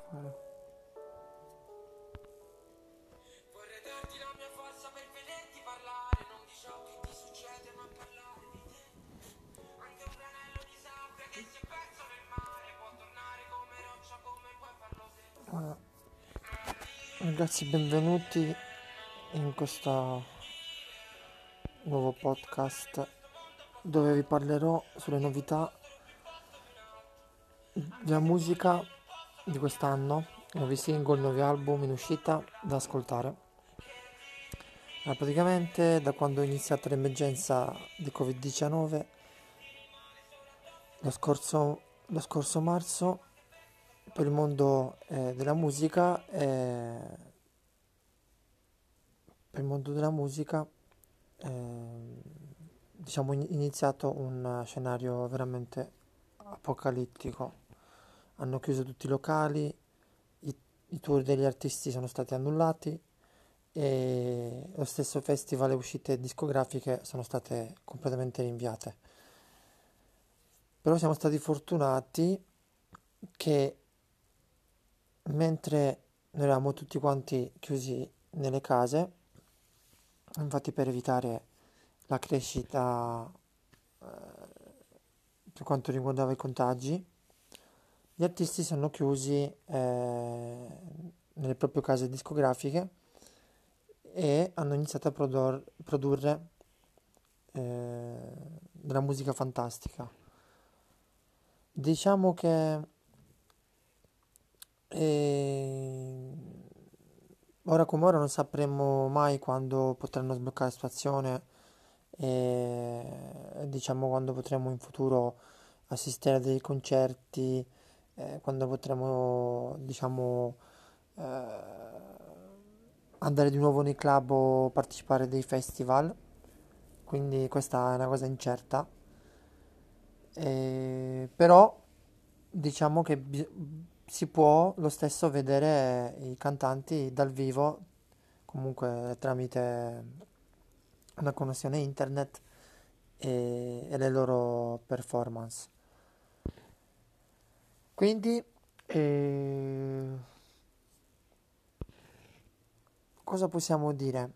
fare. Vorrei darti la mia forza per vederti parlare, non di ciò che ti succede ma parlare di te. Anche un granello di sabbia che si è perso nel mare può tornare come roccia, come puoi farlo se. Allora, ragazzi, benvenuti in questo nuovo podcast dove vi parlerò sulle novità della musica di quest'anno, nuovi single, nuovi album in uscita da ascoltare. Praticamente da quando è iniziata l'emergenza di Covid-19 lo scorso marzo per il mondo della musica diciamo iniziato un scenario veramente apocalittico. Hanno chiuso tutti i locali, i tour degli artisti sono stati annullati e lo stesso festival e uscite discografiche sono state completamente rinviate. Però siamo stati fortunati che mentre noi eravamo tutti quanti chiusi nelle case, infatti per evitare la crescita per quanto riguardava i contagi, gli artisti sono chiusi nelle proprie case discografiche e hanno iniziato a produrre della musica fantastica. Diciamo che ora come ora non sapremo mai quando potranno sbloccare la situazione e diciamo quando potremo in futuro assistere a dei concerti, quando potremo diciamo andare di nuovo nei club o partecipare a dei festival, quindi questa è una cosa incerta. Però diciamo che si può lo stesso vedere i cantanti dal vivo, comunque tramite una connessione internet e le loro performance. Quindi, cosa possiamo dire?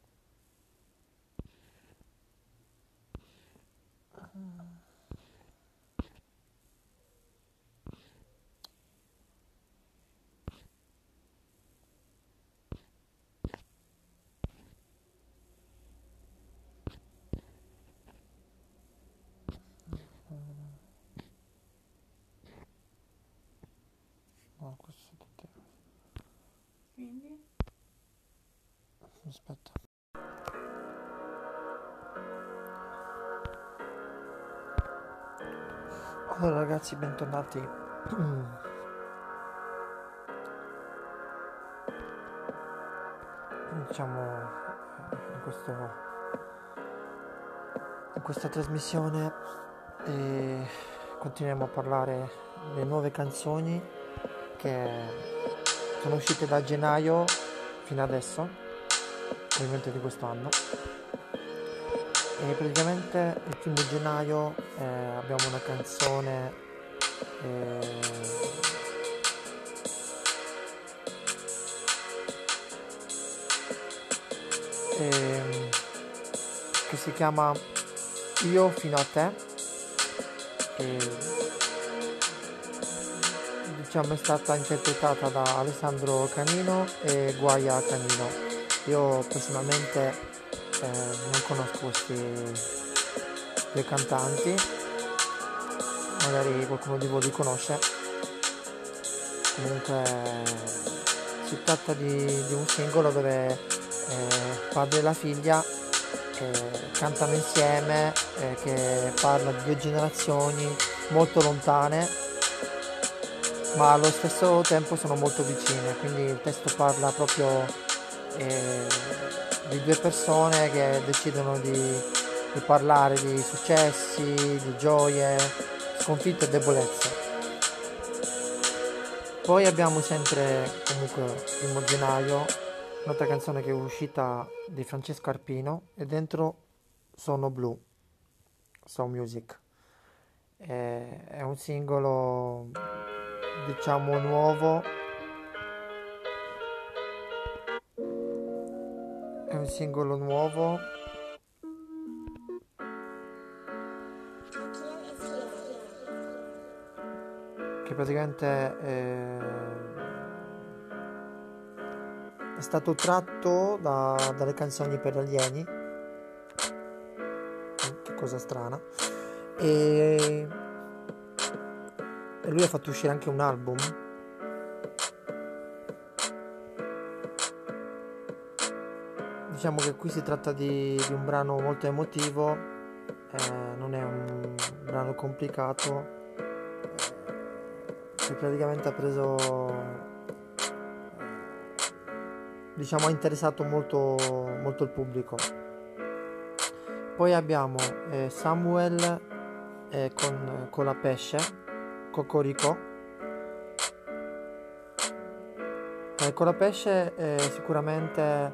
No, questo è tutte- Quindi? Aspetta. Allora ragazzi, bentornati. Diciamo in questa trasmissione continuiamo a parlare delle nuove canzoni che sono uscite da gennaio fino adesso, ovviamente di quest'anno. E praticamente il primo gennaio abbiamo una canzone ehm, che si chiama Io fino a te, e diciamo è stata interpretata da Alessandro Canino e Guaia Canino. Io personalmente non conosco questi due cantanti, magari qualcuno di voi li conosce. Comunque si tratta di un singolo dove padre e la figlia cantano insieme, che parla di due generazioni molto lontane ma allo stesso tempo sono molto vicine, quindi il testo parla proprio di due persone che decidono di parlare di successi, di gioie, sconfitte e debolezze. Poi abbiamo sempre, comunque, il primo gennaio, un'altra canzone che è uscita di Francesco Arpino e dentro Sono Blu, So Music. È un singolo, diciamo, nuovo un singolo nuovo che praticamente è stato tratto dalle canzoni per alieni, che cosa strana, e lui ha fatto uscire anche un album. Diciamo che qui si tratta di un brano molto emotivo, non è un brano complicato, che praticamente ha preso, diciamo, ha interessato molto il pubblico. Poi abbiamo Samuel con la pesce, Cocorico. Con la pesce sicuramente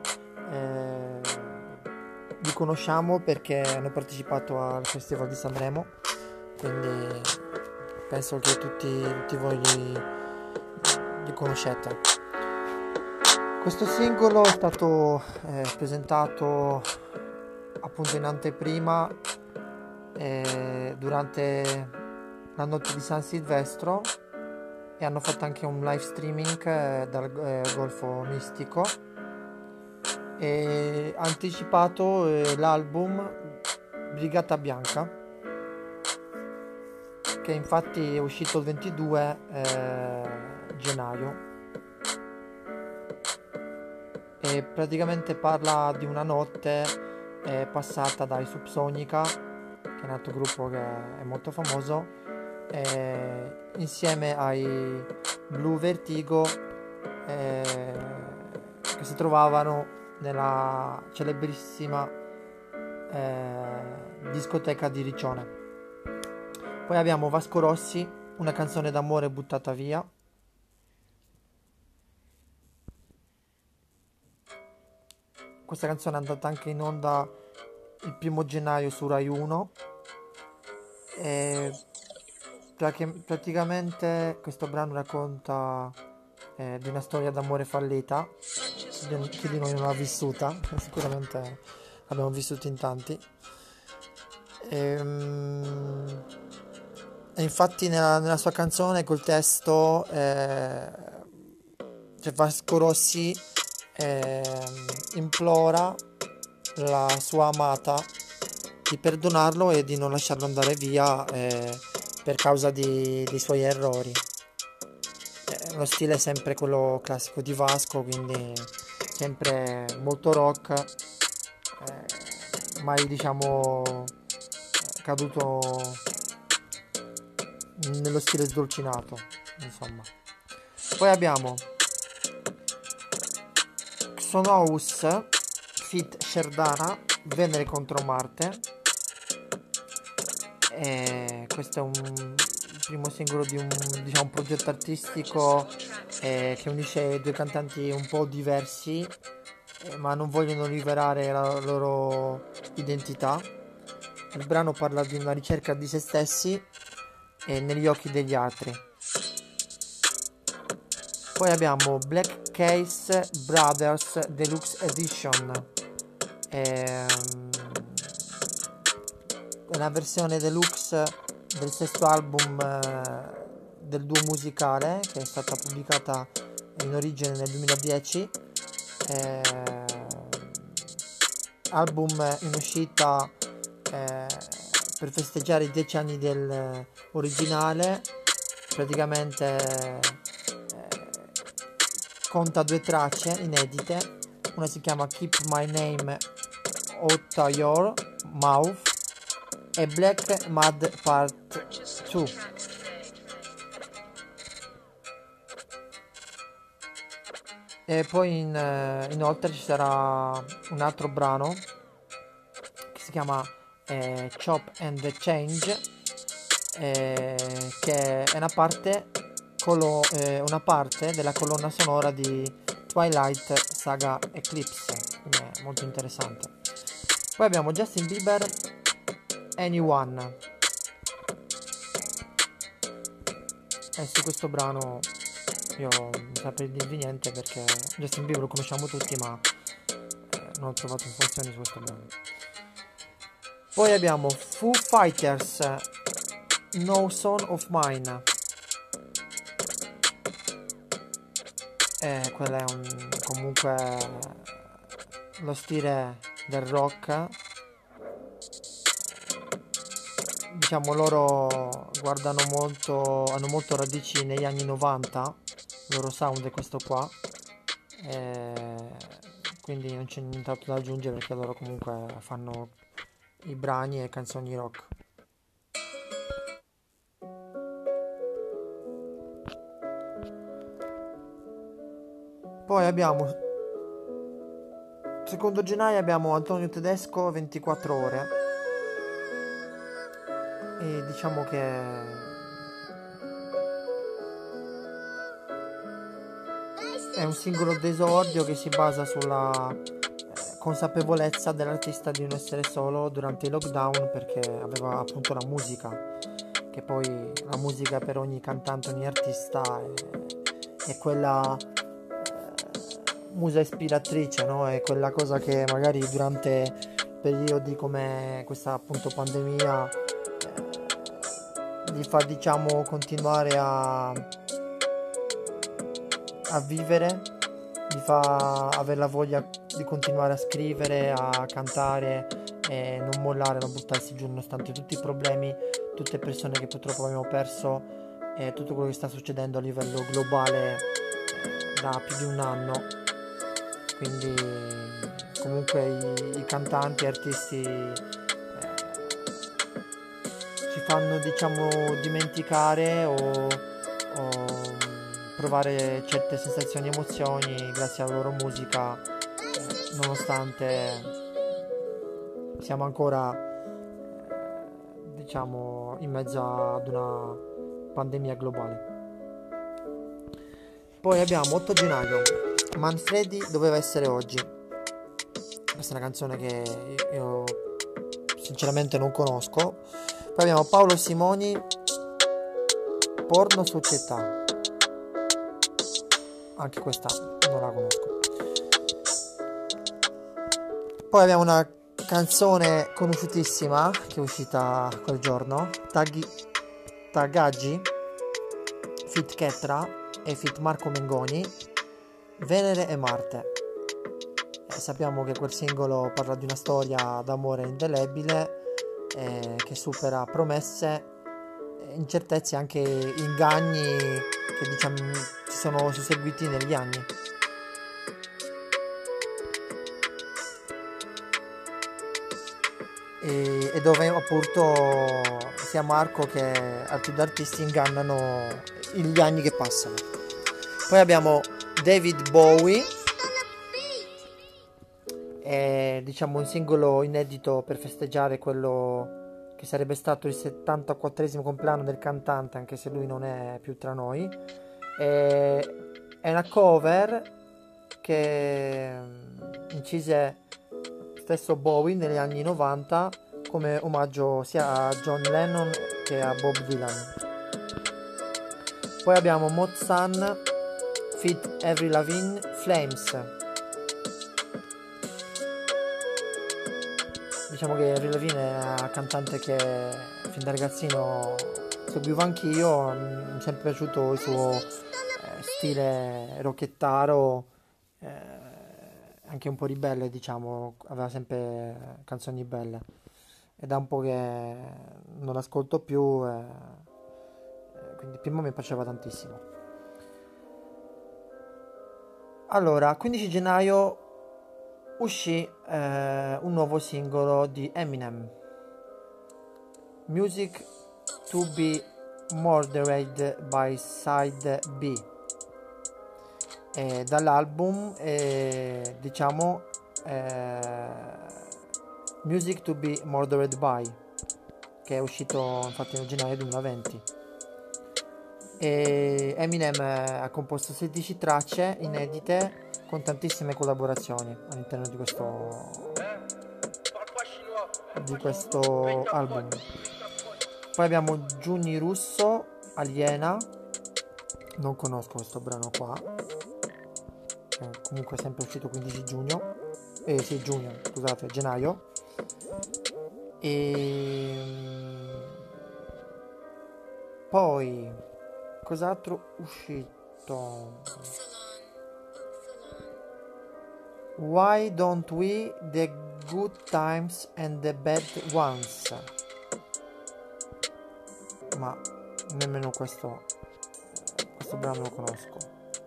li conosciamo perché hanno partecipato al Festival di Sanremo, quindi penso che tutti voi li conoscete. Questo singolo è stato presentato appunto in anteprima durante la notte di San Silvestro, e hanno fatto anche un live streaming dal Golfo Mistico, e ha anticipato l'album Brigata Bianca, che infatti è uscito il 22 gennaio, e praticamente parla di una notte passata dai Subsonica, che è un altro gruppo che è molto famoso, insieme ai Blue Vertigo, che si trovavano nella celebrissima discoteca di Riccione. Poi abbiamo Vasco Rossi, Una canzone d'amore buttata via. Questa canzone è andata anche in onda il 1° gennaio su Rai 1, e praticamente questo brano racconta di una storia d'amore fallita. Chi di noi non l'ha vissuta? Sicuramente l'abbiamo vissuta in tanti. E infatti nella sua canzone col testo Vasco Rossi implora la sua amata di perdonarlo e di non lasciarlo andare via per causa dei suoi errori. Lo stile è sempre quello classico di Vasco, quindi sempre molto rock, mai diciamo caduto nello stile sdolcinato, insomma. Poi abbiamo Xenous feat. Sherdana, Venere contro Marte. Questo è un primo singolo di un progetto artistico che unisce due cantanti un po' diversi, ma non vogliono rivelare la loro identità. Il brano parla di una ricerca di se stessi negli occhi degli altri. Poi abbiamo Black Case Brothers Deluxe Edition, una versione deluxe del sesto album del duo musicale, che è stata pubblicata in origine nel 2010, album in uscita per festeggiare i 10 anni dell'originale. Praticamente conta 2 tracce inedite, una si chiama Keep My Name Out Your Mouth e Black Mud Part 2. E poi inoltre ci sarà un altro brano che si chiama Chop and the Change, che è una parte della colonna sonora di Twilight Saga Eclipse, quindi è molto interessante. Poi abbiamo Justin Bieber, Anyone, e su questo brano io non saprei dirvi niente, perché Justin Bieber lo conosciamo tutti, ma non ho trovato informazioni su questo brano. Poi abbiamo Foo Fighters, No Son of Mine. Quello è comunque lo stile del rock. Diciamo loro hanno molto radici negli anni 90, il loro sound è questo qua, quindi non c'è nient'altro da aggiungere perché loro comunque fanno i brani e canzoni rock. Poi abbiamo, secondo gennaio abbiamo Antonio Tedesco, 24 ore. E diciamo che è un singolo d'esordio che si basa sulla consapevolezza dell'artista di non essere solo durante il lockdown, perché aveva appunto la musica, che poi la musica per ogni cantante, ogni artista è quella musa ispiratrice, no? È quella cosa che magari durante periodi come questa appunto pandemia gli fa, diciamo, continuare a vivere, gli fa avere la voglia di continuare a scrivere, a cantare e non mollare, non buttarsi giù nonostante tutti i problemi, tutte le persone che purtroppo abbiamo perso e tutto quello che sta succedendo a livello globale da più di un anno. Quindi comunque i cantanti, artisti ci fanno, diciamo, dimenticare o provare certe sensazioni e emozioni grazie alla loro musica, nonostante siamo ancora diciamo in mezzo ad una pandemia globale. Poi abbiamo 8 gennaio, Manfredi doveva essere oggi. Questa è una canzone che io sinceramente non conosco. Poi abbiamo Paolo Simoni, Porno Società. Anche questa non la conosco. Poi abbiamo una canzone conosciutissima che è uscita quel giorno, Tagaggi feat Ketra e feat Marco Mengoni, Venere e Marte. Sappiamo che quel singolo parla di una storia d'amore indelebile che supera promesse, incertezze e anche inganni che, diciamo, si sono susseguiti negli anni. E dove appunto sia Marco che altri artisti ingannano gli anni che passano. Poi abbiamo David Bowie, diciamo un singolo inedito per festeggiare quello che sarebbe stato il 74esimo compleanno del cantante, anche se lui non è più tra noi. È una cover che incise stesso Bowie negli anni 90 come omaggio sia a John Lennon che a Bob Dylan. Poi abbiamo Mozart feat Avril Lavigne, Flames. Diciamo che Avril Lavigne è una cantante che fin da ragazzino seguivo anch'io, mi è sempre piaciuto il suo stile rockettaro, anche un po' ribelle, diciamo, aveva sempre canzoni belle. È da un po' che non l'ascolto più, quindi prima mi piaceva tantissimo. Allora, 15 gennaio uscì un nuovo singolo di Eminem, Music to be Murdered by Side B, dall'album diciamo Music to be Murdered by, che è uscito infatti nel gennaio 2020. E Eminem ha composto 16 tracce inedite con tantissime collaborazioni all'interno di questo album. Poi abbiamo Giuni Russo, Aliena, non conosco questo brano qua, comunque è sempre uscito 15 giugno. sì, giugno, scusate, gennaio. E poi cos'altro uscito? Why don't we the good times and the bad ones? Ma nemmeno questo brano lo conosco.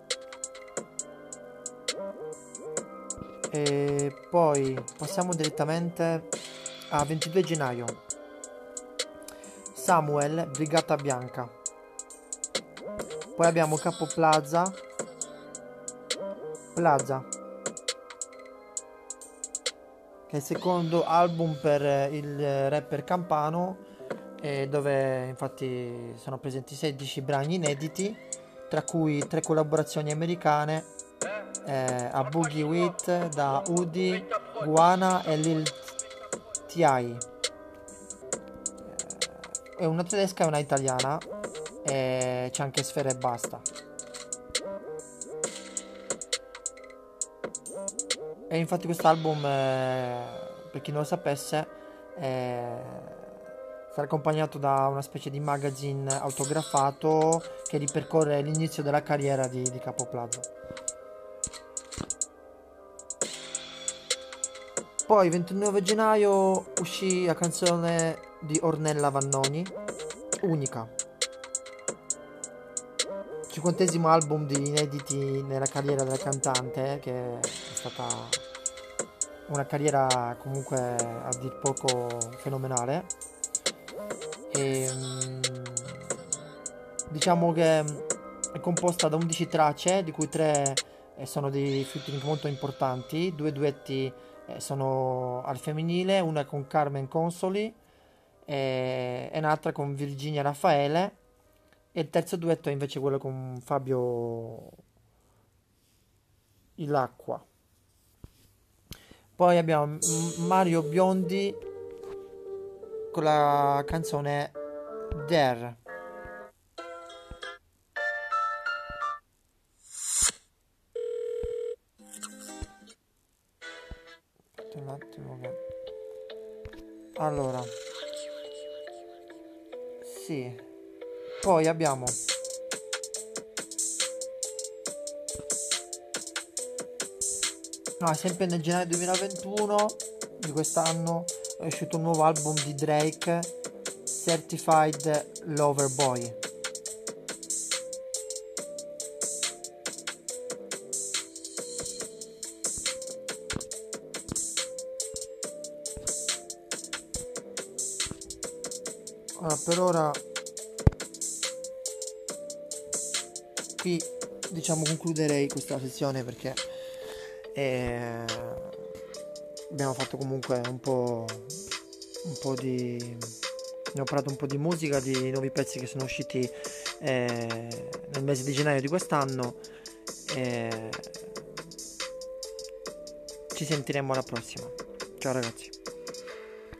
E poi passiamo direttamente a 22 gennaio. Samuel, Brigata Bianca. Poi abbiamo Capo Plaza, che è il secondo album per il rapper campano, dove infatti sono presenti 16 brani inediti, tra cui 3 collaborazioni americane, a Boogie Wit da Udi, Guana e Lil T.I. E una tedesca e una italiana, e c'è anche Sfera e Basta. E infatti quest'album, per chi non lo sapesse, sarà accompagnato da una specie di magazine autografato che ripercorre l'inizio della carriera di Capo Plaza. Poi 29 gennaio uscì la canzone di Ornella Vannoni, Unica. 50° album di inediti nella carriera della cantante, che è stata una carriera comunque a dir poco fenomenale. E diciamo che è composta da 11 tracce, di cui 3 sono dei featuring molto importanti. 2 duetti sono al femminile, una con Carmen Consoli e un'altra con Virginia Raffaele. E il terzo duetto è invece quello con Fabio Ilacqua. Poi abbiamo Mario Biondi con la canzone Dare. Aspetta un attimo che... Allora, sì. Poi abbiamo sempre nel gennaio 2021 di quest'anno è uscito un nuovo album di Drake, Certified Lover Boy. Allora, per ora qui diciamo concluderei questa sessione, perché abbiamo fatto comunque un po' di... abbiamo parlato un po' di musica, di nuovi pezzi che sono usciti nel mese di gennaio di quest'anno. Ci sentiremo alla prossima. Ciao ragazzi.